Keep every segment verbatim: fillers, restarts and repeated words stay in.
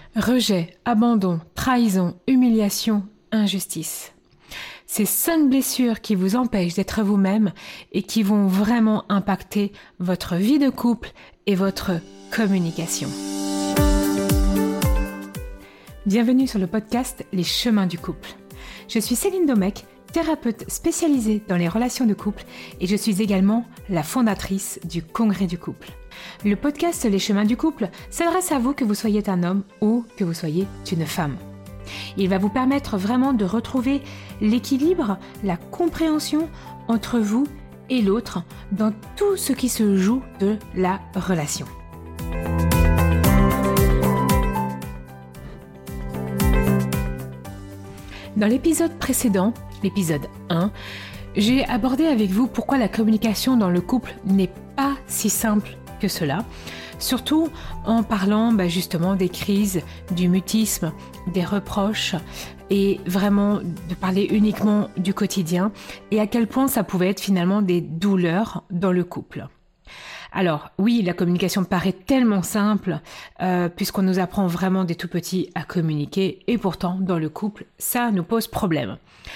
Rejet, abandon, trahison, humiliation, injustice. Ces cinq blessures qui vous empêchent d'être vous-même et qui vont vraiment impacter votre vie de couple et votre communication. Bienvenue sur le podcast Les Chemins du couple. Je suis Céline Domecq, thérapeute spécialisée dans les relations de couple et je suis également la fondatrice du Congrès du couple. Le podcast Les Chemins du couple s'adresse à vous que vous soyez un homme ou que vous soyez une femme. Il va vous permettre vraiment de retrouver l'équilibre, la compréhension entre vous et l'autre dans tout ce qui se joue de la relation. Dans l'épisode précédent, l'épisode un, j'ai abordé avec vous pourquoi la communication dans le couple n'est pas si simple que cela, surtout en parlant bah, justement des crises, du mutisme, des reproches et vraiment de parler uniquement du quotidien et à quel point ça pouvait être finalement des douleurs dans le couple. Alors oui, la communication paraît tellement simple euh, puisqu'on nous apprend vraiment dès tout petit à communiquer et pourtant dans le couple, ça nous pose problème.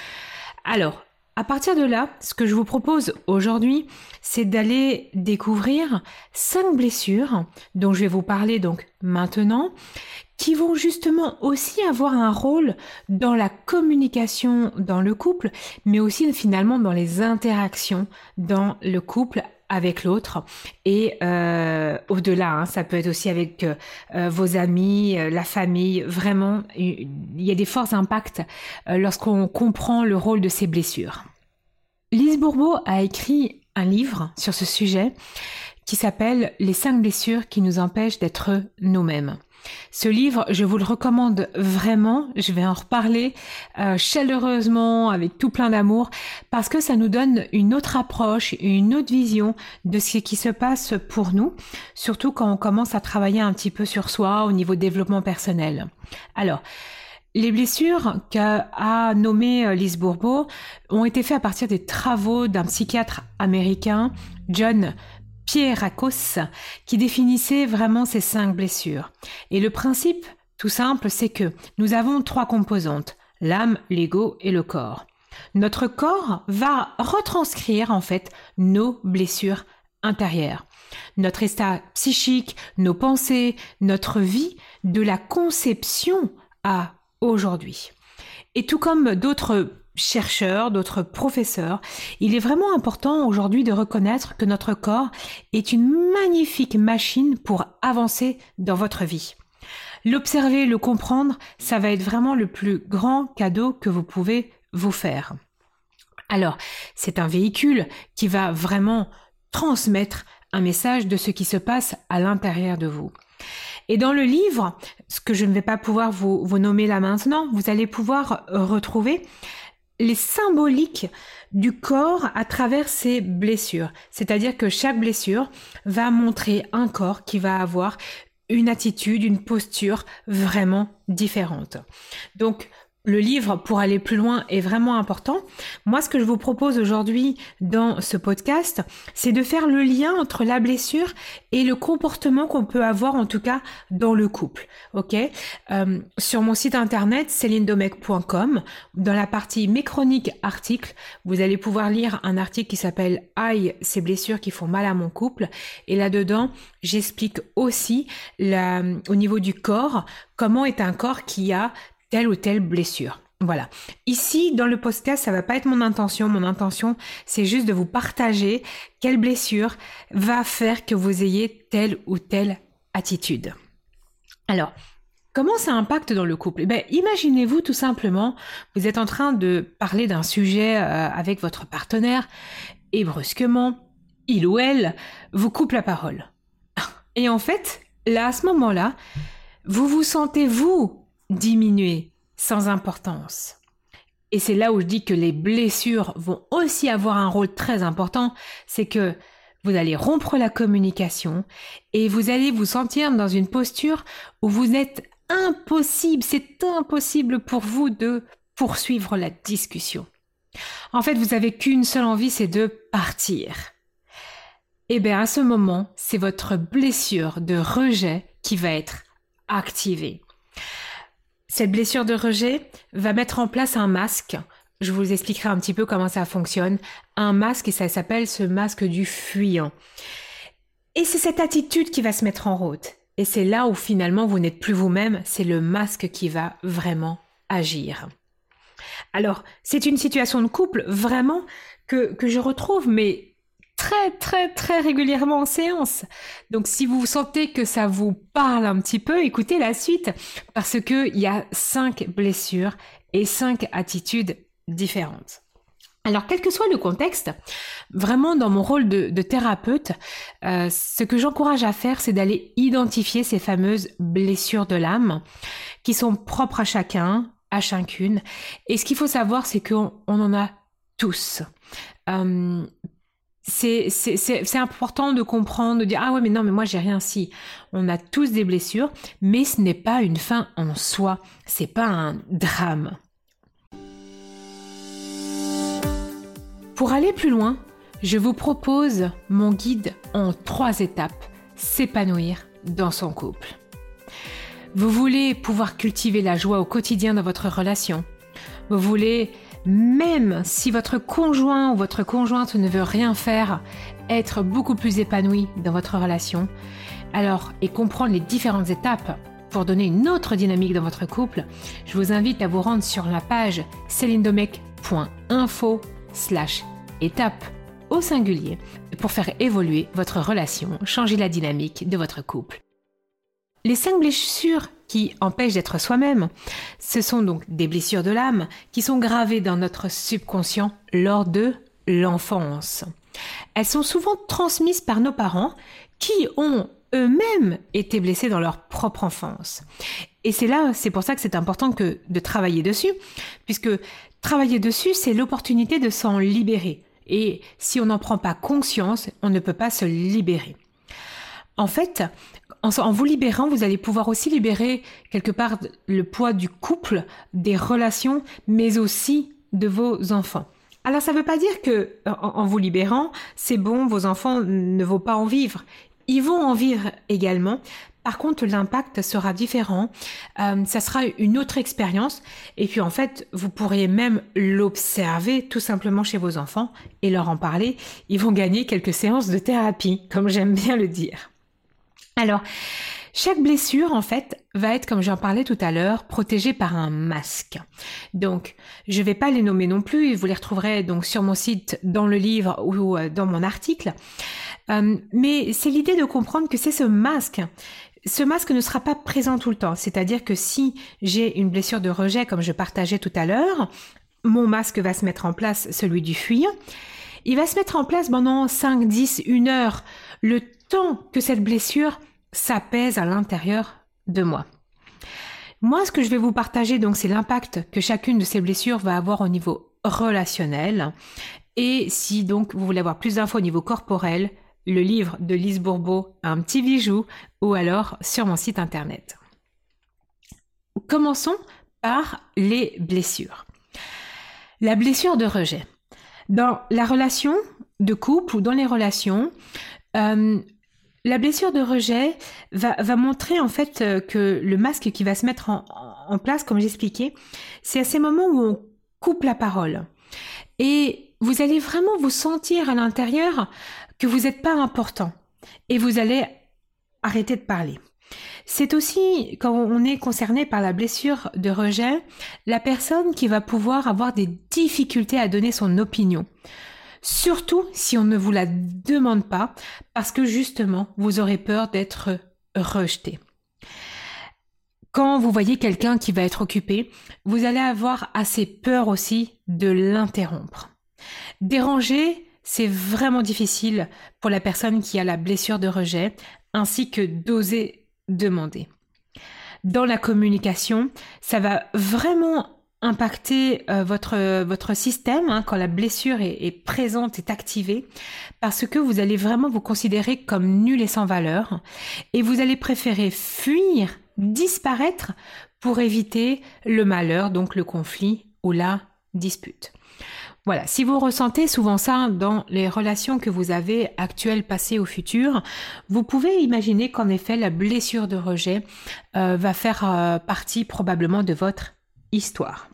Alors, à partir de là, ce que je vous propose aujourd'hui, c'est d'aller découvrir cinq blessures dont je vais vous parler donc maintenant, qui vont justement aussi avoir un rôle dans la communication dans le couple, mais aussi finalement dans les interactions dans le couple avec l'autre et euh, au-delà, hein, ça peut être aussi avec euh, vos amis, euh, la famille, vraiment, il y a des forts impacts euh, lorsqu'on comprend le rôle de ces blessures. Lise Bourbeau a écrit un livre sur ce sujet qui s'appelle « Les cinq blessures qui nous empêchent d'être nous-mêmes ». Ce livre, je vous le recommande vraiment, je vais en reparler euh, chaleureusement, avec tout plein d'amour, parce que ça nous donne une autre approche, une autre vision de ce qui se passe pour nous, surtout quand on commence à travailler un petit peu sur soi au niveau développement personnel. Alors, les blessures qu'a nommé Lise Bourbeau ont été faites à partir des travaux d'un psychiatre américain, John Pierrakos, qui définissait vraiment ces cinq blessures. Et le principe, tout simple, c'est que nous avons trois composantes, l'âme, l'ego et le corps. Notre corps va retranscrire en fait nos blessures intérieures. Notre état psychique, nos pensées, notre vie, de la conception à aujourd'hui. Et tout comme d'autres chercheurs, d'autres professeurs, il est vraiment important aujourd'hui de reconnaître que notre corps est une magnifique machine pour avancer dans votre vie. L'observer, le comprendre, ça va être vraiment le plus grand cadeau que vous pouvez vous faire. Alors, c'est un véhicule qui va vraiment transmettre un message de ce qui se passe à l'intérieur de vous. Et dans le livre, ce que je ne vais pas pouvoir vous, vous nommer là maintenant, vous allez pouvoir retrouver les symboliques du corps à travers ces blessures. C'est-à-dire que chaque blessure va montrer un corps qui va avoir une attitude, une posture vraiment différente. Donc, le livre, pour aller plus loin, est vraiment important. Moi, ce que je vous propose aujourd'hui dans ce podcast, c'est de faire le lien entre la blessure et le comportement qu'on peut avoir, en tout cas, dans le couple. Ok ? euh, Sur mon site internet, celine domecq point com, dans la partie mes chroniques articles, vous allez pouvoir lire un article qui s'appelle « Aïe, ces blessures qui font mal à mon couple ». Et là-dedans, j'explique aussi, la, au niveau du corps, comment est un corps qui a telle ou telle blessure. Voilà. Ici, dans le podcast, ça va pas être mon intention. Mon intention, c'est juste de vous partager quelle blessure va faire que vous ayez telle ou telle attitude. Alors, comment ça impacte dans le couple ? Eh bien, imaginez-vous tout simplement, vous êtes en train de parler d'un sujet euh, avec votre partenaire et brusquement, il ou elle vous coupe la parole. Et en fait, là, à ce moment-là, vous vous sentez, vous, diminuer sans importance. Et c'est là où je dis que les blessures vont aussi avoir un rôle très important, c'est que vous allez rompre la communication et vous allez vous sentir dans une posture où vous êtes impossible, c'est impossible pour vous de poursuivre la discussion. En fait, vous avez qu'une seule envie, c'est de partir. Et bien à ce moment, c'est votre blessure de rejet qui va être activée. Cette blessure de rejet va mettre en place un masque. Je vous expliquerai un petit peu comment ça fonctionne. Un masque, et ça s'appelle ce masque du fuyant. Et c'est cette attitude qui va se mettre en route. Et c'est là où finalement vous n'êtes plus vous-même, c'est le masque qui va vraiment agir. Alors, c'est une situation de couple vraiment que, que je retrouve, mais très très très régulièrement en séance. Donc si vous sentez que ça vous parle un petit peu, écoutez la suite, parce qu'il y a cinq blessures et cinq attitudes différentes. Alors, quel que soit le contexte, vraiment dans mon rôle de, de thérapeute, euh, ce que j'encourage à faire, c'est d'aller identifier ces fameuses blessures de l'âme qui sont propres à chacun, à chacune. Et ce qu'il faut savoir, c'est qu'on on en a tous. Euh, c'est, c'est, c'est, c'est important de comprendre, de dire « Ah ouais, mais non, mais moi, j'ai rien si. » On a tous des blessures, mais ce n'est pas une fin en soi. C'est pas un drame. Pour aller plus loin, je vous propose mon guide en trois étapes, s'épanouir dans son couple. Vous voulez pouvoir cultiver la joie au quotidien dans votre relation. Vous voulez, même si votre conjoint ou votre conjointe ne veut rien faire, être beaucoup plus épanoui dans votre relation. Alors, et comprendre les différentes étapes pour donner une autre dynamique dans votre couple, je vous invite à vous rendre sur la page célinedomecq point info slash étape au singulier pour faire évoluer votre relation, changer la dynamique de votre couple. Les cinq blessures qui empêchent d'être soi-même, ce sont donc des blessures de l'âme qui sont gravées dans notre subconscient lors de l'enfance. Elles sont souvent transmises par nos parents qui ont eux-mêmes été blessés dans leur propre enfance. Et c'est là, c'est pour ça que c'est important que de travailler dessus, puisque travailler dessus, c'est l'opportunité de s'en libérer. Et si on n'en prend pas conscience, on ne peut pas se libérer. En fait, en, en vous libérant, vous allez pouvoir aussi libérer quelque part le poids du couple, des relations, mais aussi de vos enfants. Alors ça ne veut pas dire que en, en vous libérant, c'est bon, vos enfants ne vont pas en vivre. Ils vont en vivre également. Par contre, l'impact sera différent. Euh, ça sera une autre expérience. Et puis, en fait, vous pourriez même l'observer tout simplement chez vos enfants et leur en parler. Ils vont gagner quelques séances de thérapie, comme j'aime bien le dire. Alors, chaque blessure, en fait, va être, comme j'en parlais tout à l'heure, protégée par un masque. Donc, je ne vais pas les nommer non plus. Vous les retrouverez donc sur mon site, dans le livre ou dans mon article. Euh, mais c'est l'idée de comprendre que c'est ce masque. Ce masque ne sera pas présent tout le temps. C'est-à-dire que si j'ai une blessure de rejet, comme je partageais tout à l'heure, mon masque va se mettre en place, celui du fuyant. Il va se mettre en place pendant cinq, dix, une heure, le temps que cette blessure s'apaise à l'intérieur de moi. Moi, ce que je vais vous partager, donc, c'est l'impact que chacune de ces blessures va avoir au niveau relationnel. Et si donc vous voulez avoir plus d'infos au niveau corporel, le livre de Lise Bourbeau, un petit bijou, ou alors sur mon site internet. Commençons par les blessures. La blessure de rejet. Dans la relation de couple ou dans les relations, euh, la blessure de rejet va, va montrer en fait euh, que le masque qui va se mettre en, en place, comme j'expliquais, c'est à ces moments où on coupe la parole. Et vous allez vraiment vous sentir à l'intérieur que vous n'êtes pas important et vous allez arrêter de parler. C'est aussi, quand on est concerné par la blessure de rejet, la personne qui va pouvoir avoir des difficultés à donner son opinion. Surtout si on ne vous la demande pas, parce que justement, vous aurez peur d'être rejeté. Quand vous voyez quelqu'un qui va être occupé, vous allez avoir assez peur aussi de l'interrompre. Déranger, c'est vraiment difficile pour la personne qui a la blessure de rejet, ainsi que d'oser demander. Dans la communication, ça va vraiment impacter euh, votre, votre système hein, quand la blessure est, est présente, est activée, parce que vous allez vraiment vous considérer comme nul et sans valeur, et vous allez préférer fuir, disparaître pour éviter le malheur, donc le conflit ou la dispute. Voilà, si vous ressentez souvent ça dans les relations que vous avez actuelles, passées ou futures, vous pouvez imaginer qu'en effet la blessure de rejet euh, va faire euh, partie probablement de votre histoire.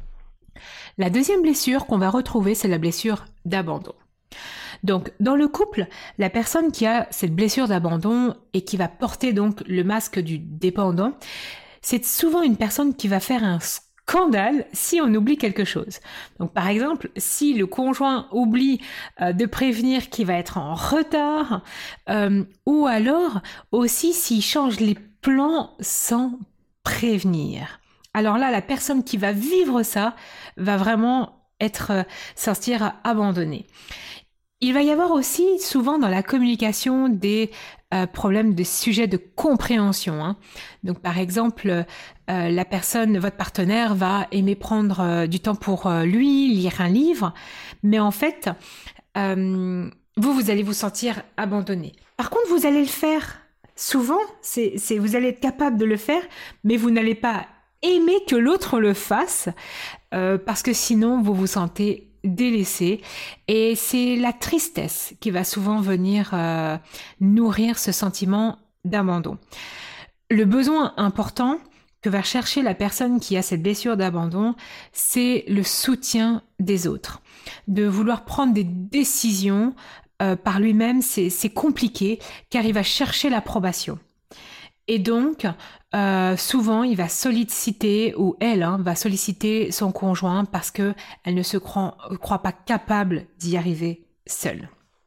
La deuxième blessure qu'on va retrouver, c'est la blessure d'abandon. Donc, dans le couple, la personne qui a cette blessure d'abandon et qui va porter donc le masque du dépendant, c'est souvent une personne qui va faire un scandale si on oublie quelque chose. Donc, par exemple, si le conjoint oublie euh, de prévenir qu'il va être en retard, euh, ou alors aussi s'il change les plans sans prévenir. Alors là, la personne qui va vivre ça va vraiment être euh, sentir abandonnée. Il va y avoir aussi souvent dans la communication des euh, problèmes de sujets de compréhension. Hein. Donc par exemple, euh, la personne, votre partenaire va aimer prendre euh, du temps pour euh, lui, lire un livre, mais en fait, euh, vous, vous allez vous sentir abandonné. Par contre, vous allez le faire souvent, c'est, c'est, vous allez être capable de le faire, mais vous n'allez pas aimer que l'autre le fasse, euh, parce que sinon, vous vous sentez délaissé, et c'est la tristesse qui va souvent venir euh, nourrir ce sentiment d'abandon. Le besoin important que va chercher la personne qui a cette blessure d'abandon, c'est le soutien des autres. De vouloir prendre des décisions euh, par lui-même, c'est, c'est compliqué car il va chercher l'approbation. Et donc, euh, souvent, il va solliciter, ou elle hein, va solliciter son conjoint parce qu'elle ne se croit, croit pas capable d'y arriver seule.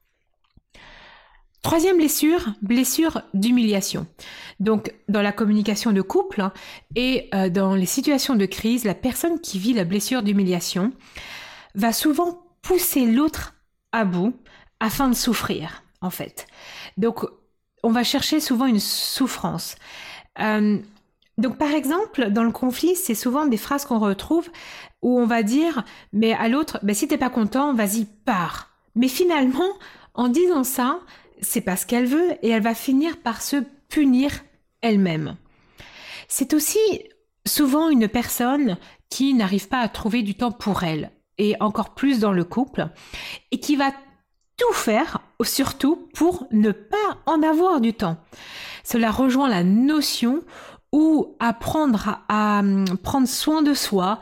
Troisième blessure, blessure d'humiliation. Donc, dans la communication de couple hein, et euh, dans les situations de crise, la personne qui vit la blessure d'humiliation va souvent pousser l'autre à bout afin de souffrir, en fait. Donc, on va chercher souvent une souffrance. Euh, donc, par exemple, dans le conflit, c'est souvent des phrases qu'on retrouve où on va dire, mais à l'autre, ben, si t'es pas content, vas-y, pars. Mais finalement, en disant ça, c'est pas ce qu'elle veut et elle va finir par se punir elle-même. C'est aussi souvent une personne qui n'arrive pas à trouver du temps pour elle, et encore plus dans le couple, et qui va tout faire, surtout pour ne pas en avoir du temps. Cela rejoint la notion où apprendre à, à prendre soin de soi,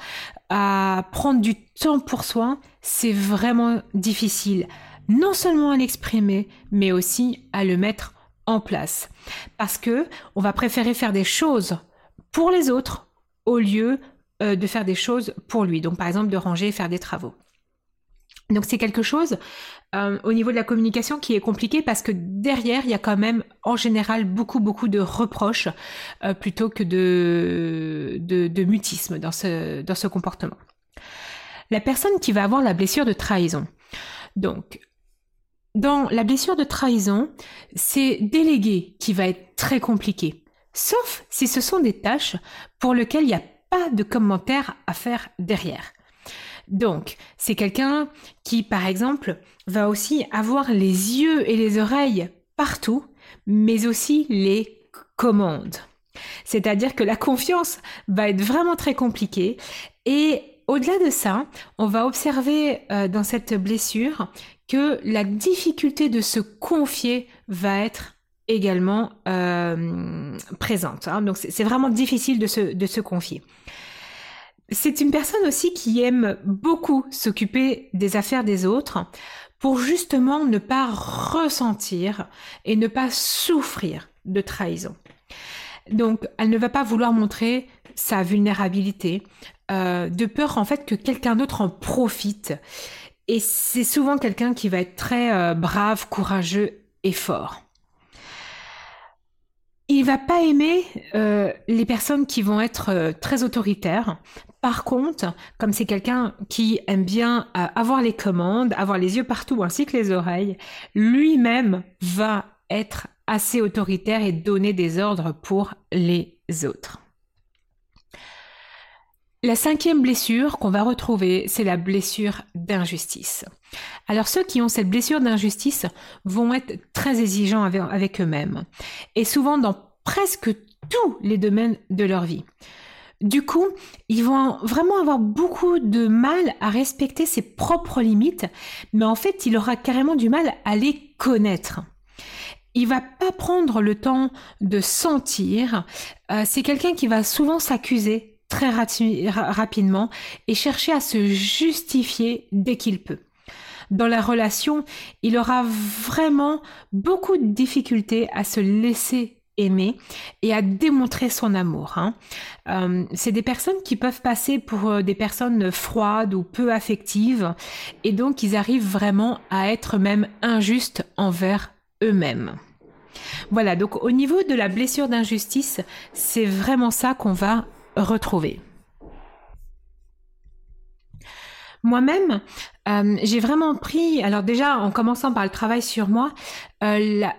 à prendre du temps pour soi, c'est vraiment difficile. Non seulement à l'exprimer, mais aussi à le mettre en place. Parce que on va préférer faire des choses pour les autres au lieu euh, de faire des choses pour lui. Donc par exemple de ranger et faire des travaux. Donc c'est quelque chose euh, au niveau de la communication qui est compliqué parce que derrière il y a quand même en général beaucoup beaucoup de reproches euh, plutôt que de, de, de mutisme dans ce, dans ce comportement. La personne qui va avoir la blessure de trahison. Donc dans la blessure de trahison, c'est déléguer qui va être très compliqué. Sauf si ce sont des tâches pour lesquelles il n'y a pas de commentaire à faire derrière. Donc, c'est quelqu'un qui, par exemple, va aussi avoir les yeux et les oreilles partout, mais aussi les commandes. C'est-à-dire que la confiance va être vraiment très compliquée. Et au-delà de ça, on va observer euh, dans cette blessure que la difficulté de se confier va être également euh, présente. Hein. Donc, c'est, c'est vraiment difficile de se, de se confier. C'est une personne aussi qui aime beaucoup s'occuper des affaires des autres pour justement ne pas ressentir et ne pas souffrir de trahison. Donc, elle ne va pas vouloir montrer sa vulnérabilité, euh, de peur en fait que quelqu'un d'autre en profite. Et c'est souvent quelqu'un qui va être très euh, brave, courageux et fort. Il va pas aimer euh, les personnes qui vont être euh, très autoritaires. Par contre, comme c'est quelqu'un qui aime bien euh, avoir les commandes, avoir les yeux partout ainsi que les oreilles, lui-même va être assez autoritaire et donner des ordres pour les autres. La cinquième blessure qu'on va retrouver, c'est la blessure d'injustice. Alors ceux qui ont cette blessure d'injustice vont être très exigeants avec, avec eux-mêmes et souvent dans presque tous les domaines de leur vie. Du coup, ils vont vraiment avoir beaucoup de mal à respecter ses propres limites, mais en fait, il aura carrément du mal à les connaître. Il va pas prendre le temps de sentir. Euh, c'est quelqu'un qui va souvent s'accuser très rati- ra- rapidement et chercher à se justifier dès qu'il peut. Dans la relation, il aura vraiment beaucoup de difficultés à se laisser aimer et à démontrer son amour. Hein. Euh, c'est des personnes qui peuvent passer pour des personnes froides ou peu affectives et donc ils arrivent vraiment à être même injustes envers eux-mêmes. Voilà, donc au niveau de la blessure d'injustice, c'est vraiment ça qu'on va retrouver. Moi-même, euh, j'ai vraiment pris, alors déjà en commençant par le travail sur moi, euh, la,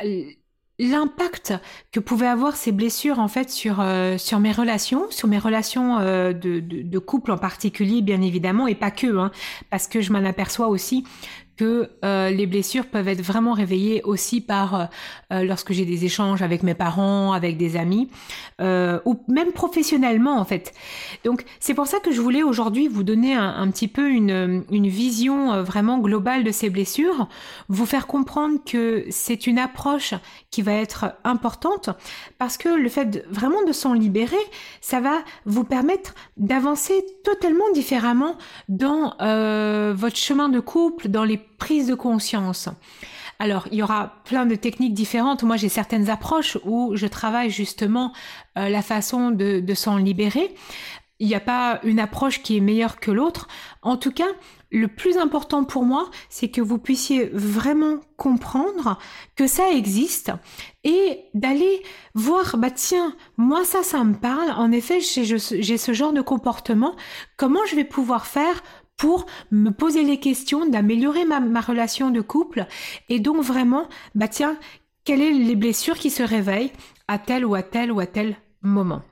l'impact que pouvaient avoir ces blessures en fait sur euh, sur mes relations, sur mes relations euh, de, de, de couple en particulier bien évidemment et pas que, hein, parce que je m'en aperçois aussi que euh, les blessures peuvent être vraiment réveillées aussi par euh, lorsque j'ai des échanges avec mes parents, avec des amis, euh, ou même professionnellement en fait. Donc c'est pour ça que je voulais aujourd'hui vous donner un, un petit peu une, une vision euh, vraiment globale de ces blessures, vous faire comprendre que c'est une approche qui va être importante parce que le fait de, vraiment de s'en libérer, ça va vous permettre d'avancer totalement différemment dans euh, votre chemin de couple, dans les prises de conscience. Alors, il y aura plein de techniques différentes. Moi, j'ai certaines approches où je travaille justement euh, la façon de, de s'en libérer. Il n'y a pas une approche qui est meilleure que l'autre. En tout cas, le plus important pour moi, c'est que vous puissiez vraiment comprendre que ça existe et d'aller voir, bah tiens, moi ça, ça me parle. En effet, j'ai, j'ai ce genre de comportement. Comment je vais pouvoir faire pour me poser les questions, d'améliorer ma, ma relation de couple et donc vraiment, bah tiens, quelles sont les blessures qui se réveillent à tel ou à tel ou à tel moment.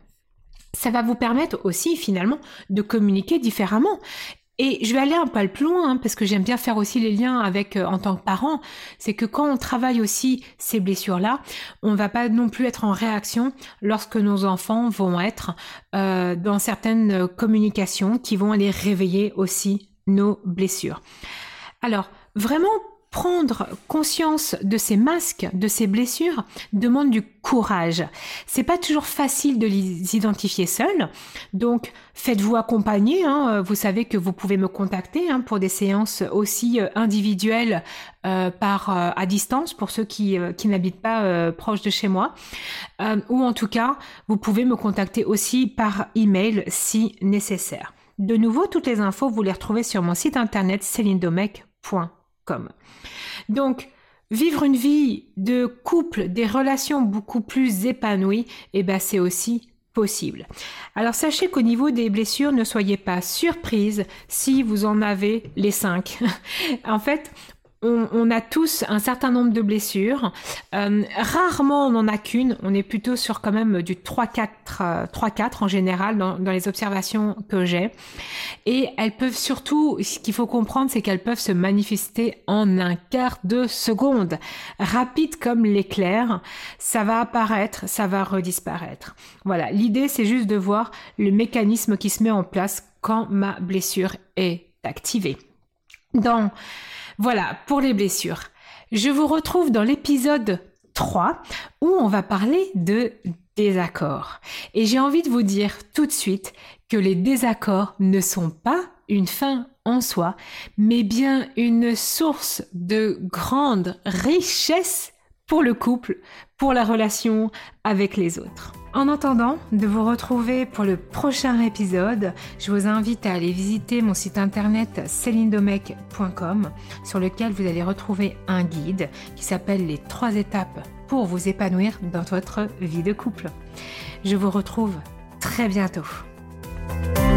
Ça va vous permettre aussi finalement de communiquer différemment. Et je vais aller un peu plus loin, hein, parce que j'aime bien faire aussi les liens avec euh, en tant que parent, c'est que quand on travaille aussi ces blessures-là, on va pas non plus être en réaction lorsque nos enfants vont être euh, dans certaines communications qui vont aller réveiller aussi nos blessures. Alors, vraiment prendre conscience de ces masques, de ces blessures, demande du courage. C'est pas toujours facile de les identifier seul, donc faites-vous accompagner. Hein. Vous savez que vous pouvez me contacter hein, pour des séances aussi individuelles euh, par euh, à distance pour ceux qui euh, qui n'habitent pas euh, proche de chez moi, euh, ou en tout cas vous pouvez me contacter aussi par email si nécessaire. De nouveau, toutes les infos vous les retrouvez sur mon site internet céline domecq point com. Donc, vivre une vie de couple, des relations beaucoup plus épanouies, eh ben, c'est aussi possible. Alors, sachez qu'au niveau des blessures, ne soyez pas surprise si vous en avez les cinq. En fait, On, on a tous un certain nombre de blessures. Euh, rarement on n'en a qu'une. On est plutôt sur quand même du trois quatre, euh, trois quatre en général dans, dans les observations que j'ai. Et elles peuvent surtout, ce qu'il faut comprendre, c'est qu'elles peuvent se manifester en un quart de seconde. Rapide comme l'éclair, ça va apparaître, ça va redisparaître. Voilà, l'idée c'est juste de voir le mécanisme qui se met en place quand ma blessure est activée. Dans Voilà, pour les blessures. Je vous retrouve dans l'épisode trois où on va parler de désaccords. Et j'ai envie de vous dire tout de suite que les désaccords ne sont pas une fin en soi, mais bien une source de grande richesse pour le couple, pour la relation avec les autres. En attendant de vous retrouver pour le prochain épisode, je vous invite à aller visiter mon site internet céline domecq point com sur lequel vous allez retrouver un guide qui s'appelle les trois étapes pour vous épanouir dans votre vie de couple. Je vous retrouve très bientôt.